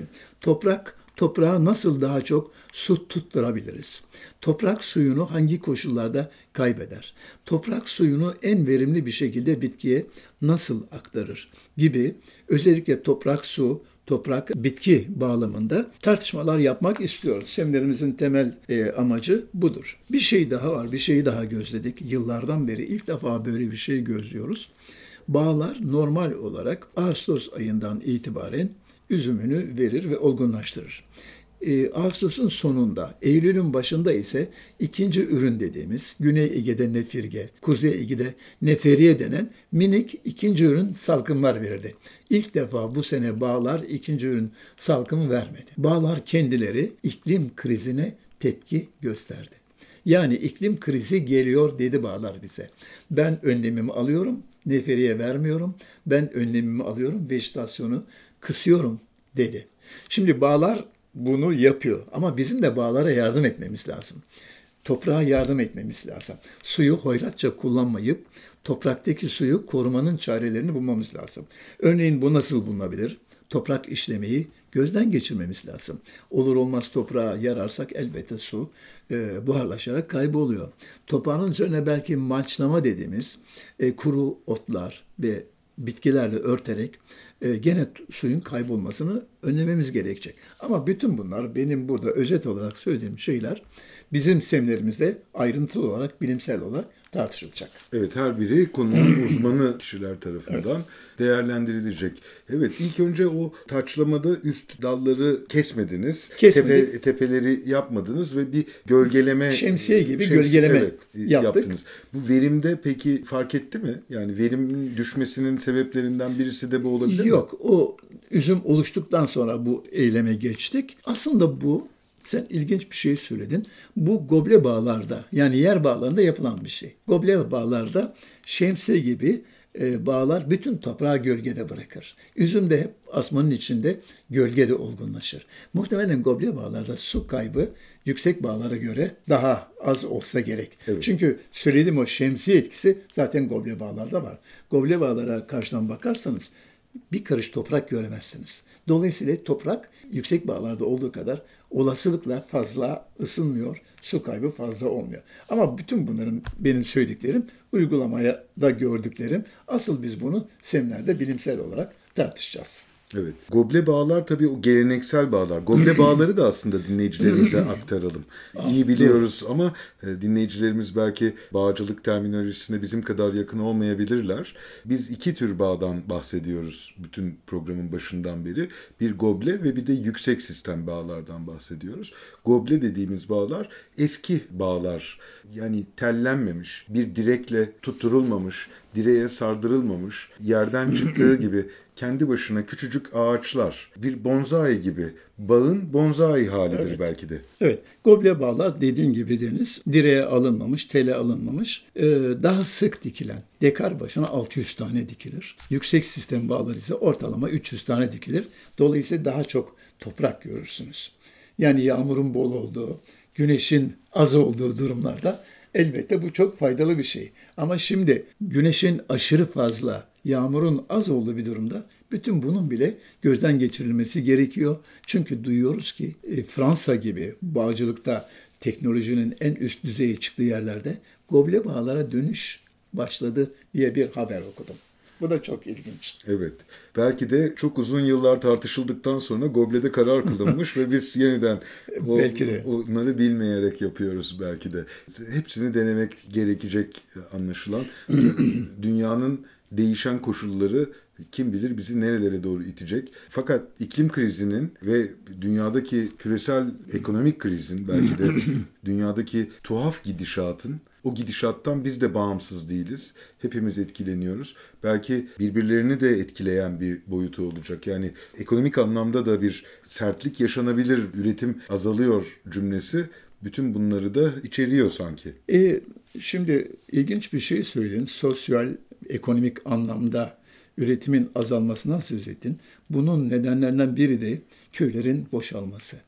Toprağa nasıl daha çok su tutturabiliriz? Toprak suyunu hangi koşullarda kaybeder? Toprak suyunu en verimli bir şekilde bitkiye nasıl aktarır? Gibi özellikle toprak su, toprak bitki bağlamında tartışmalar yapmak istiyoruz. Seminerimizin temel amacı budur. Bir şey daha var, bir şeyi daha gözledik. Yıllardan beri ilk defa böyle bir şey gözlüyoruz. Bağlar normal olarak Ağustos ayından itibaren üzümünü verir ve olgunlaştırır. Ağustos'un sonunda, Eylül'ün başında ise ikinci ürün dediğimiz Güney Ege'de nefirge, Kuzey Ege'de neferiye denen minik ikinci ürün salkımlar verirdi. İlk defa bu sene bağlar ikinci ürün salkımı vermedi. Bağlar kendileri iklim krizine tepki gösterdi. Yani iklim krizi geliyor dedi bağlar bize. Ben önlemimi alıyorum, neferiye vermiyorum. Ben önlemimi alıyorum, vejetasyonu kısıyorum dedi. Şimdi bağlar bunu yapıyor ama bizim de bağlara yardım etmemiz lazım. Toprağa yardım etmemiz lazım. Suyu hoyratça kullanmayıp topraktaki suyu korumanın çarelerini bulmamız lazım. Örneğin bu nasıl bulunabilir? Toprak işlemeyi gözden geçirmemiz lazım. Olur olmaz toprağa yararsak elbette su buharlaşarak kayboluyor. Toprağın üzerine belki malçlama dediğimiz kuru otlar ve bitkilerle örterek gene suyun kaybolmasını önlememiz gerekecek. Ama bütün bunlar benim burada özet olarak söylediğim şeyler bizim seminerimizde ayrıntılı olarak, bilimsel olarak tartışılacak. Evet, her biri konunun uzmanı kişiler tarafından değerlendirilecek. Evet, ilk önce o taçlamada üst dalları kesmediniz. Kesmedik. Tepeleri yapmadınız ve bir gölgeleme... Şemsiye gibi gölgeleme yaptık. Yaptınız. Bu verimde peki fark etti mi? Yani verimin düşmesinin sebeplerinden birisi de bu olabilir mi? Yok, o üzüm oluştuktan sonra bu eyleme geçtik. Aslında bu, sen ilginç bir şey söyledin. Bu goble bağlarda, yani yer bağlarında yapılan bir şey. Goble bağlarda şemsiye gibi bağlar bütün toprağı gölgede bırakır. Üzüm de hep asmanın içinde gölgede olgunlaşır. Muhtemelen goble bağlarda su kaybı yüksek bağlara göre daha az olsa gerek. Evet. Çünkü söylediğim o şemsiye etkisi zaten goble bağlarda var. Goble bağlara karşıdan bakarsanız bir karış toprak göremezsiniz. Dolayısıyla toprak yüksek bağlarda olduğu kadar olasılıkla fazla ısınmıyor, su kaybı fazla olmuyor. Ama bütün bunların benim söylediklerim, uygulamaya da gördüklerim. Asıl biz bunu seminerde bilimsel olarak tartışacağız. Evet. Goble bağlar tabii o geleneksel bağlar. Goble bağları da aslında dinleyicilerimize aktaralım. İyi biliyoruz ama dinleyicilerimiz belki bağcılık terminolojisine bizim kadar yakın olmayabilirler. Biz iki tür bağdan bahsediyoruz bütün programın başından beri. Bir goble ve bir de yüksek sistem bağlardan bahsediyoruz. Goble dediğimiz bağlar eski bağlar. Yani tellenmemiş, bir direkle tutturulmamış, direğe sardırılmamış, yerden çıktığı gibi kendi başına küçücük ağaçlar, bir bonsai gibi, bağın bonsai halidir belki de. Evet, goble bağlar dediğin gibi Deniz, direğe alınmamış, tele alınmamış, daha sık dikilen, dekar başına 600 tane dikilir. Yüksek sistem bağları ise ortalama 300 tane dikilir. Dolayısıyla daha çok toprak görürsünüz. Yani yağmurun bol olduğu, güneşin az olduğu durumlarda elbette bu çok faydalı bir şey. Ama şimdi güneşin aşırı fazla, yağmurun az olduğu bir durumda bütün bunun bile gözden geçirilmesi gerekiyor. Çünkü duyuyoruz ki Fransa gibi bağcılıkta teknolojinin en üst düzeye çıktığı yerlerde goble bağlara dönüş başladı diye bir haber okudum. Bu da çok ilginç. Evet. Belki de çok uzun yıllar tartışıldıktan sonra goblede karar kılınmış ve biz yeniden belki de onları bilmeyerek yapıyoruz belki de. Hepsini denemek gerekecek anlaşılan. Dünyanın değişen koşulları kim bilir bizi nerelere doğru itecek. Fakat iklim krizinin ve dünyadaki küresel ekonomik krizin, belki de dünyadaki tuhaf gidişatın, o gidişattan biz de bağımsız değiliz. Hepimiz etkileniyoruz. Belki birbirlerini de etkileyen bir boyutu olacak. Yani ekonomik anlamda da bir sertlik yaşanabilir, üretim azalıyor cümlesi bütün bunları da içeriyor sanki. Şimdi ilginç bir şey söyledin. Sosyal, ekonomik anlamda üretimin azalmasından söz ettin. Bunun nedenlerinden biri de köylerin boşalması.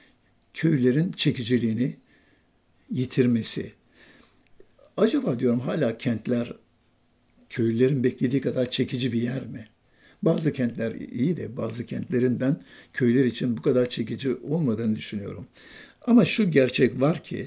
Köylerin çekiciliğini yitirmesi. Acaba diyorum hala kentler köylülerin beklediği kadar çekici bir yer mi? Bazı kentler iyi de bazı kentlerin ben köyler için bu kadar çekici olmadığını düşünüyorum. Ama şu gerçek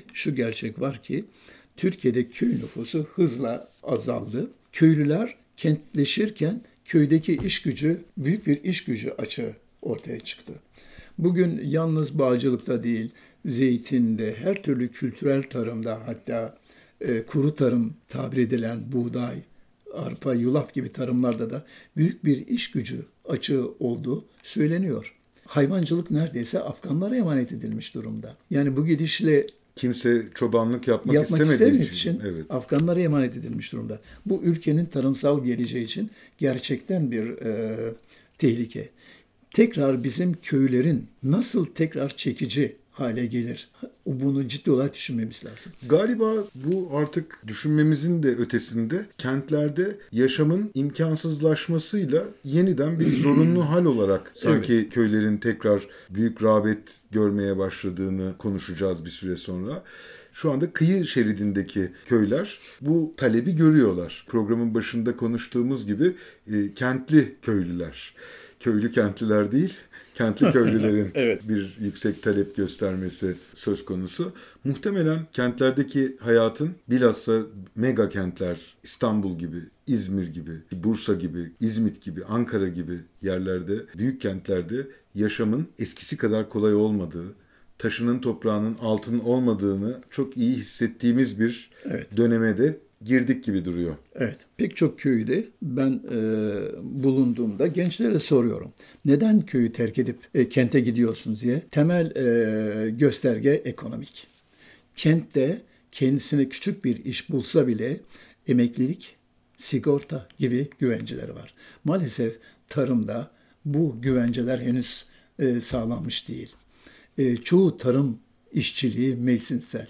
var ki Türkiye'de köy nüfusu hızla azaldı. Köylüler kentleşirken köydeki iş gücü, büyük bir iş gücü açığı ortaya çıktı. Bugün yalnız bağcılıkta değil, zeytinde, her türlü kültürel tarımda, hatta kuru tarım tabir edilen buğday, arpa, yulaf gibi tarımlarda da büyük bir iş gücü açığı olduğu söyleniyor. Hayvancılık neredeyse Afganlara emanet edilmiş durumda. Yani bu gidişle kimse çobanlık yapmak istemediği için evet. Afganlara emanet edilmiş durumda. Bu ülkenin tarımsal geleceği için gerçekten bir tehlike. Tekrar bizim köylerin nasıl tekrar çekici hale gelir? Bunu ciddi olarak düşünmemiz lazım. Galiba bu artık düşünmemizin de ötesinde kentlerde yaşamın imkansızlaşmasıyla yeniden bir zorunlu hal olarak sanki köylerin tekrar büyük rağbet görmeye başladığını konuşacağız bir süre sonra. Şu anda kıyı şeridindeki köyler bu talebi görüyorlar. Programın başında konuştuğumuz gibi kentli köylüler. Köylü kentliler değil, kentli köylülerin bir yüksek talep göstermesi söz konusu. Muhtemelen kentlerdeki hayatın bilhassa mega kentler, İstanbul gibi, İzmir gibi, Bursa gibi, İzmit gibi, Ankara gibi yerlerde, büyük kentlerde yaşamın eskisi kadar kolay olmadığı, taşının toprağının altın olmadığını çok iyi hissettiğimiz bir döneme de girdik gibi duruyor. Evet, pek çok köyde ben bulunduğumda gençlere soruyorum. Neden köyü terk edip kente gidiyorsunuz diye. Temel gösterge ekonomik. Kentte kendisine küçük bir iş bulsa bile emeklilik, sigorta gibi güvenceleri var. Maalesef tarımda bu güvenceler henüz sağlanmış değil. Çoğu tarım işçiliği mevsimsel.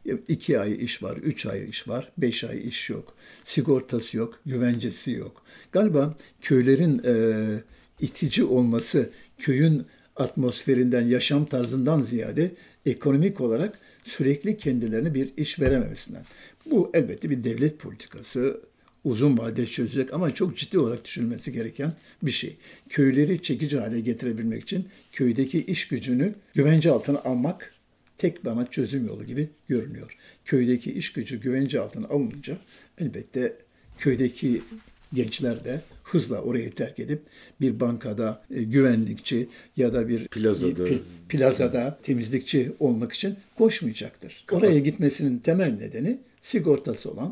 2 ay iş var, 3 ay iş var, 5 ay iş yok. Sigortası yok, güvencesi yok. Galiba köylerin itici olması, köyün atmosferinden, yaşam tarzından ziyade ekonomik olarak sürekli kendilerine bir iş verememesinden. Bu elbette bir devlet politikası, uzun vadede çözecek ama çok ciddi olarak düşünülmesi gereken bir şey. Köyleri çekici hale getirebilmek için köydeki iş gücünü güvence altına almak tek bana çözüm yolu gibi görünüyor. Köydeki iş gücü güvence altına alınınca elbette köydeki gençler de hızla orayı terk edip bir bankada güvenlikçi ya da bir plazada temizlikçi olmak için koşmayacaktır. Oraya gitmesinin temel nedeni sigortası olan,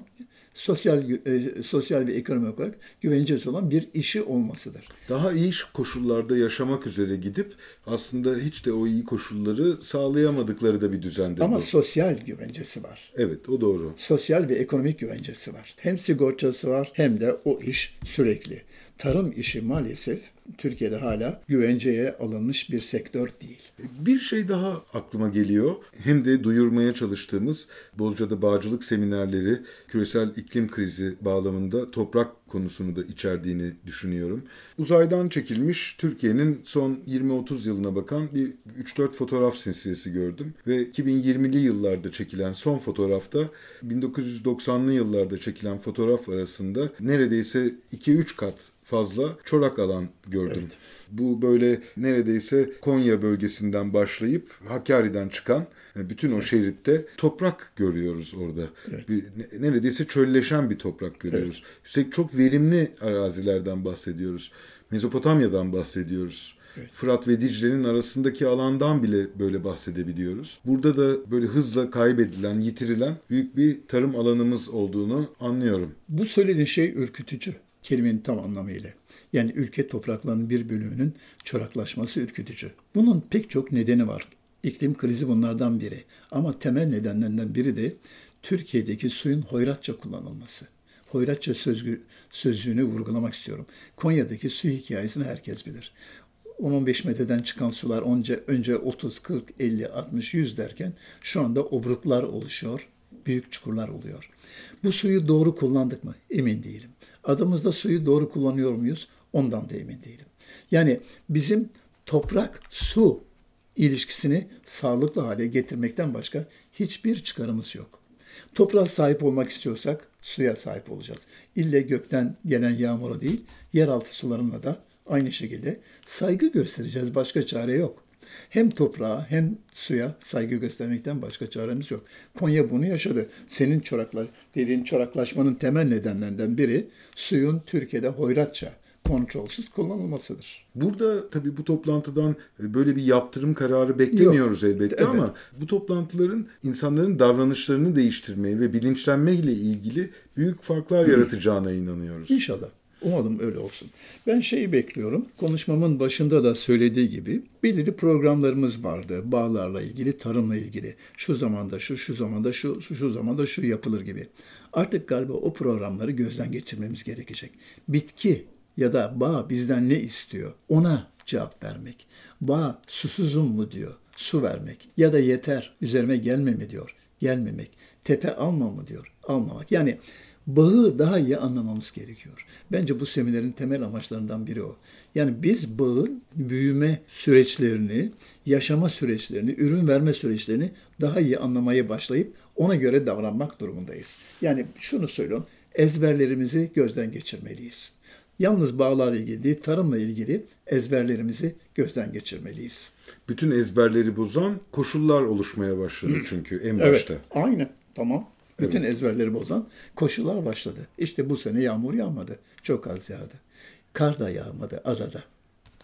sosyal ve ekonomik olarak güvencesi olan bir işi olmasıdır. Daha iyi koşullarda yaşamak üzere gidip aslında hiç de o iyi koşulları sağlayamadıkları da bir düzende. Ama bu. sosyal güvencesi var. Evet, o doğru. Sosyal ve ekonomik güvencesi var. Hem sigortası var hem de o iş sürekli. Tarım işi maalesef Türkiye'de hala güvenceye alınmış bir sektör değil. Bir şey daha aklıma geliyor. Hem de duyurmaya çalıştığımız Bozca'da bağcılık seminerleri küresel iklim krizi bağlamında toprak konusunu da içerdiğini düşünüyorum. Uzaydan çekilmiş Türkiye'nin son 20-30 yılına bakan bir 3-4 fotoğraf silsilesi gördüm. Ve 2020'li yıllarda çekilen son fotoğrafta 1990'lı yıllarda çekilen fotoğraf arasında neredeyse 2-3 kat fazla çorak alan gördüm. Evet. Bu böyle neredeyse Konya bölgesinden başlayıp Hakkari'den çıkan bütün o şeritte toprak görüyoruz orada. Evet. Neredeyse çölleşen bir toprak görüyoruz. Evet. Üstelik çok verimli arazilerden bahsediyoruz. Mezopotamya'dan bahsediyoruz. Evet. Fırat ve Dicle'nin arasındaki alandan bile böyle bahsedebiliyoruz. Burada da böyle hızla kaybedilen, yitirilen büyük bir tarım alanımız olduğunu anlıyorum. Bu söylediğin şey ürkütücü. Kelimenin tam anlamıyla. Yani ülke topraklarının bir bölümünün çoraklaşması ürkütücü. Bunun pek çok nedeni var. İklim krizi bunlardan biri. Ama temel nedenlerinden biri de Türkiye'deki suyun hoyratça kullanılması. Hoyratça sözcüğünü vurgulamak istiyorum. Konya'daki su hikayesini herkes bilir. 10-15 metreden çıkan sular önce 30, 40, 50, 60, 100 derken şu anda obruklar oluşuyor. Büyük çukurlar oluyor. Bu suyu doğru kullandık mı? Emin değilim. Adımızda suyu doğru kullanıyor muyuz? Ondan da emin değilim. Yani bizim toprak-su ilişkisini sağlıklı hale getirmekten başka hiçbir çıkarımız yok. Toprağa sahip olmak istiyorsak suya sahip olacağız. İlle gökten gelen yağmura değil, yeraltı sularına da aynı şekilde saygı göstereceğiz. Başka çare yok. Hem toprağa hem suya saygı göstermekten başka çaremiz yok. Konya bunu yaşadı. Senin dediğin çoraklaşmanın temel nedenlerinden biri suyun Türkiye'de hoyratça, kontrolsüz kullanılmasıdır. Burada tabii bu toplantıdan böyle bir yaptırım kararı beklemiyoruz elbette, evet. Ama bu toplantıların insanların davranışlarını değiştirmeye ve bilinçlenmeyle ilgili büyük farklar yaratacağına inanıyoruz. İnşallah. Umalım öyle olsun. Ben şeyi bekliyorum. Konuşmamın başında da söylediği gibi belirli programlarımız vardı. Bağlarla ilgili, tarımla ilgili. Şu zamanda şu zamanda şu zamanda şu yapılır gibi. Artık galiba o programları gözden geçirmemiz gerekecek. Bitki ya da bağ bizden ne istiyor? Ona cevap vermek. Bağ susuzum mu diyor? Su vermek. Ya da yeter üzerime gelme mi diyor? Gelmemek. Tepe alma mı diyor? Almamak. Yani bağı daha iyi anlamamız gerekiyor. Bence bu seminerin temel amaçlarından biri o. Yani biz bağın büyüme süreçlerini, yaşama süreçlerini, ürün verme süreçlerini daha iyi anlamaya başlayıp ona göre davranmak durumundayız. Yani şunu söylüyorum, ezberlerimizi gözden geçirmeliyiz. Yalnız bağlarla ilgili değil, tarımla ilgili ezberlerimizi gözden geçirmeliyiz. Bütün ezberleri bozan koşullar oluşmaya başladı çünkü en başta. Evet, aynen, tamam. Bütün ezberleri bozan koşullar başladı. İşte bu sene yağmur yağmadı. Çok az yağdı. Kar da yağmadı adada.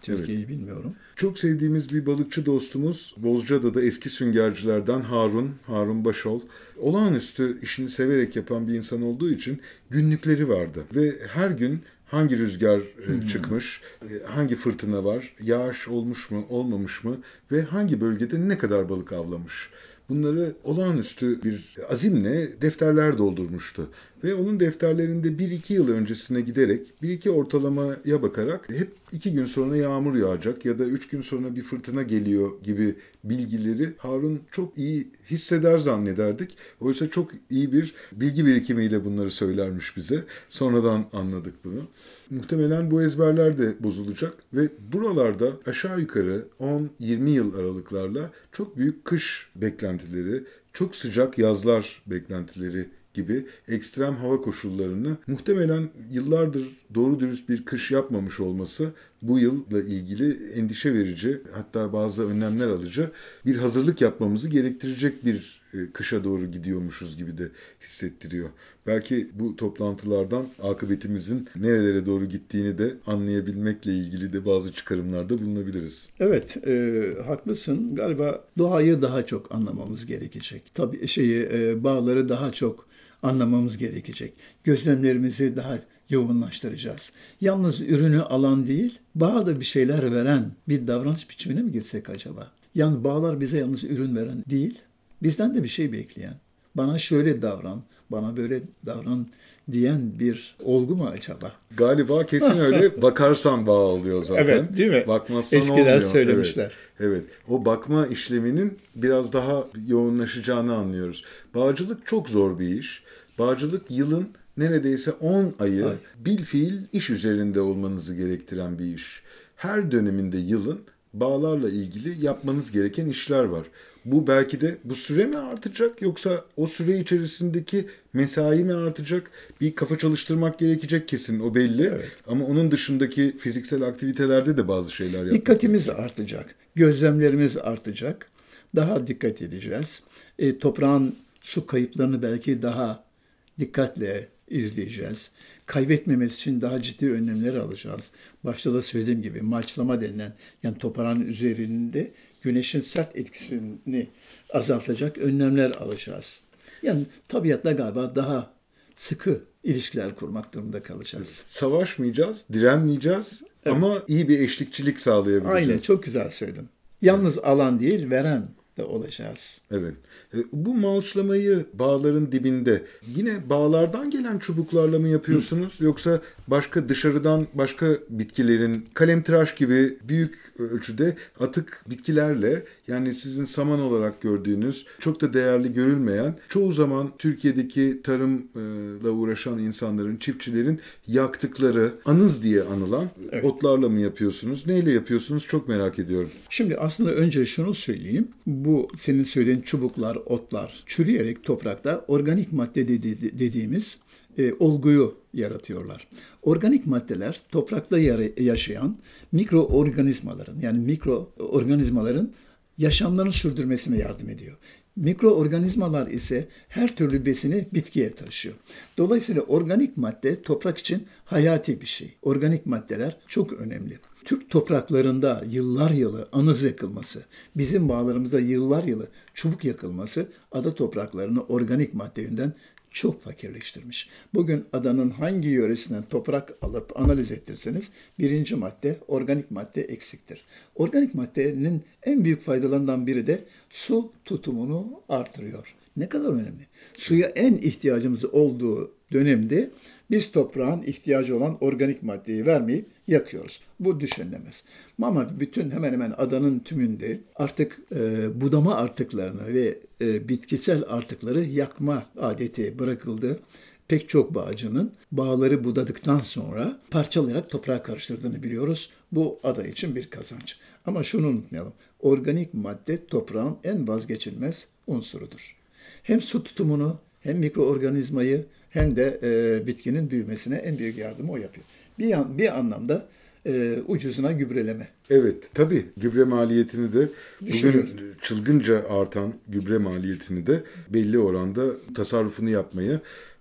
Türkiye'yi bilmiyorum. Çok sevdiğimiz bir balıkçı dostumuz, Bozcaada'da eski süngercilerden Harun Başol. Olağanüstü işini severek yapan bir insan olduğu için günlükleri vardı. Ve her gün hangi rüzgar çıkmış, hangi fırtına var, yağış olmuş mu, olmamış mı ve hangi bölgede ne kadar balık avlamış. Bunları olağanüstü bir azimle defterler doldurmuştu. Ve onun defterlerinde 1-2 yıl öncesine giderek, 1-2 ortalamaya bakarak hep 2 gün sonra yağmur yağacak ya da 3 gün sonra bir fırtına geliyor gibi bilgileri Harun çok iyi hisseder zannederdik. Oysa çok iyi bir bilgi birikimiyle bunları söylermiş bize. Sonradan anladık bunu. Muhtemelen bu ezberler de bozulacak ve buralarda aşağı yukarı 10-20 yıl aralıklarla çok büyük kış beklentileri, çok sıcak yazlar beklentileri gibi ekstrem hava koşullarını muhtemelen yıllardır doğru dürüst bir kış yapmamış olması bu yılla ilgili endişe verici, hatta bazı önlemler alıcı bir hazırlık yapmamızı gerektirecek bir kışa doğru gidiyormuşuz gibi de hissettiriyor. Belki bu toplantılardan akıbetimizin nerelere doğru gittiğini de anlayabilmekle ilgili de bazı çıkarımlarda bulunabiliriz. Evet, haklısın. Galiba doğayı daha çok anlamamız gerekecek. Tabii bağları daha çok anlamamız gerekecek. Gözlemlerimizi daha yoğunlaştıracağız. Yalnız ürünü alan değil, bağa da bir şeyler veren bir davranış biçimine mi girsek acaba? Yani bağlar bize yalnız ürün veren değil, bizden de bir şey bekleyen. Bana şöyle davran, bana böyle davran diyen bir olgu mu acaba? Galiba kesin öyle. Bakarsan bağ oluyor zaten. Evet, değil mi? Bakmazsan Eskiler olmuyor. söylemişler. Evet. O bakma işleminin biraz daha yoğunlaşacağını anlıyoruz. Bağcılık çok zor bir iş. Bağcılık yılın neredeyse 10 ayı bilfiil iş üzerinde olmanızı gerektiren bir iş. Her döneminde yılın bağlarla ilgili yapmanız gereken işler var. Bu belki de bu süre mi artacak yoksa o süre içerisindeki mesai mi artacak? Bir kafa çalıştırmak gerekecek kesin, o belli. Evet. Ama onun dışındaki fiziksel aktivitelerde de bazı şeyler yapmak Dikkatimiz gerekecek. artacak, gözlemlerimiz artacak, daha dikkat edeceğiz. Toprağın su kayıplarını belki daha dikkatle izleyeceğiz. Kaybetmemesi için daha ciddi önlemler alacağız. Başta da söylediğim gibi malçlama denilen, yani toprağın üzerinde güneşin sert etkisini azaltacak önlemler alacağız. Yani tabiatla galiba daha sıkı ilişkiler kurmak durumunda kalacağız. Savaşmayacağız, direnmeyeceğiz ama iyi bir eşlikçilik sağlayabileceğiz. Aynen, çok güzel söyledin. Yalnız alan değil, veren de olacağız. Evet. Bu malçlamayı bağların dibinde yine bağlardan gelen çubuklarla mı yapıyorsunuz? Yoksa başka dışarıdan başka bitkilerin kalemtıraş gibi büyük ölçüde atık bitkilerle, yani sizin saman olarak gördüğünüz çok da değerli görülmeyen, çoğu zaman Türkiye'deki tarımla uğraşan insanların, çiftçilerin yaktıkları anız diye anılan otlarla mı yapıyorsunuz? Neyle yapıyorsunuz? Çok merak ediyorum. Şimdi aslında önce şunu söyleyeyim. Bu senin söylediğin çubuklar, otlar çürüyerek toprakta organik madde dediğimiz olguyu yaratıyorlar. Organik maddeler toprakta yaşayan mikroorganizmaların, yani mikroorganizmaların yaşamlarını sürdürmesine yardım ediyor. Mikroorganizmalar ise her türlü besini bitkiye taşıyor. Dolayısıyla organik madde toprak için hayati bir şey. Organik maddeler çok önemli. Türk topraklarında yıllar yılı anız yakılması, bizim bağlarımızda yıllar yılı çubuk yakılması ada topraklarını organik madde yönden çok fakirleştirmiş. Bugün adanın hangi yöresinden toprak alıp analiz ettirseniz birinci madde organik madde eksiktir. Organik maddenin en büyük faydalarından biri de su tutumunu artırıyor. Ne kadar önemli. Suya en ihtiyacımız olduğu dönemde biz toprağın ihtiyacı olan organik maddeyi vermeyip yakıyoruz. Bu düşünülemez. Ama hemen hemen adanın tümünde artık budama artıklarını ve bitkisel artıkları yakma adeti bırakıldı. Pek çok bağcının bağları budadıktan sonra parçalayarak toprağa karıştırdığını biliyoruz. Bu ada için bir kazanç. Ama şunu unutmayalım. Organik madde toprağın en vazgeçilmez unsurudur. Hem su tutumunu hem mikroorganizmayı hem de bitkinin büyümesine en büyük yardımı o yapıyor. Bir anlamda ucuzuna gübreleme. Evet, tabii gübre maliyetini de bugün çılgınca artan gübre maliyetini de belli oranda tasarrufunu yapmayı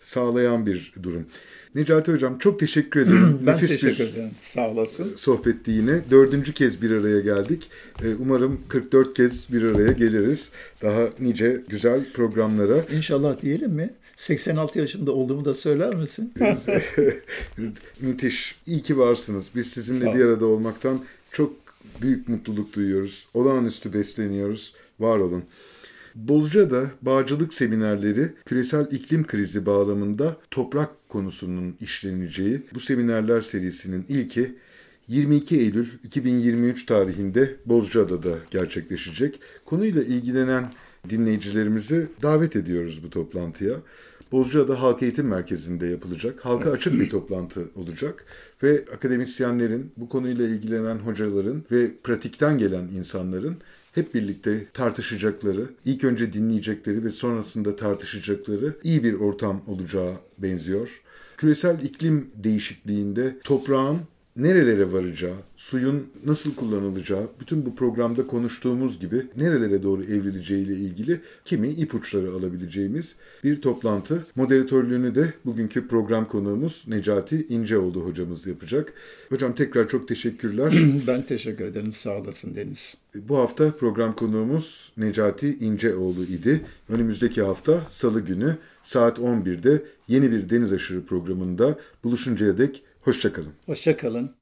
sağlayan bir durum. Necati Hocam çok teşekkür ederim. Ben Nefis teşekkür bir ederim. Sağ olasın. sohbetti yine. 4. kez bir araya geldik. Umarım 44 kez bir araya geliriz. Daha nice güzel programlara. İnşallah diyelim mi? 86 yaşında olduğumu da söyler misin? Müthiş. İyi ki varsınız. Biz Sağ sizinle ol. bir arada olmaktan çok büyük mutluluk duyuyoruz. Olağanüstü besleniyoruz. Var olun. Bozca'da bağcılık seminerleri küresel iklim krizi bağlamında toprak konusunun işleneceği bu seminerler serisinin ilki 22 Eylül 2023 tarihinde Bozcaada'da gerçekleşecek. Konuyla ilgilenen dinleyicilerimizi davet ediyoruz bu toplantıya. Bozcaada Halk Eğitim Merkezi'nde yapılacak. Halka açık bir toplantı olacak ve akademisyenlerin, bu konuyla ilgilenen hocaların ve pratikten gelen insanların hep birlikte tartışacakları, ilk önce dinleyecekleri ve sonrasında tartışacakları iyi bir ortam olacağı benziyor. Küresel iklim değişikliğinde toprağın nerelere varacağı, suyun nasıl kullanılacağı, bütün bu programda konuştuğumuz gibi nerelere doğru evrileceğiyle ilgili kimi ipuçları alabileceğimiz bir toplantı. Moderatörlüğünü de bugünkü program konuğumuz Necati İnceoğlu hocamız yapacak. Hocam tekrar çok teşekkürler. Ben teşekkür ederim. Sağ olasın Deniz. Bu hafta program konuğumuz Necati İnceoğlu idi. Önümüzdeki hafta Salı günü saat 11'de yeni bir Deniz Aşırı programında buluşuncaya dek hoşça kalın. Hoşça kalın.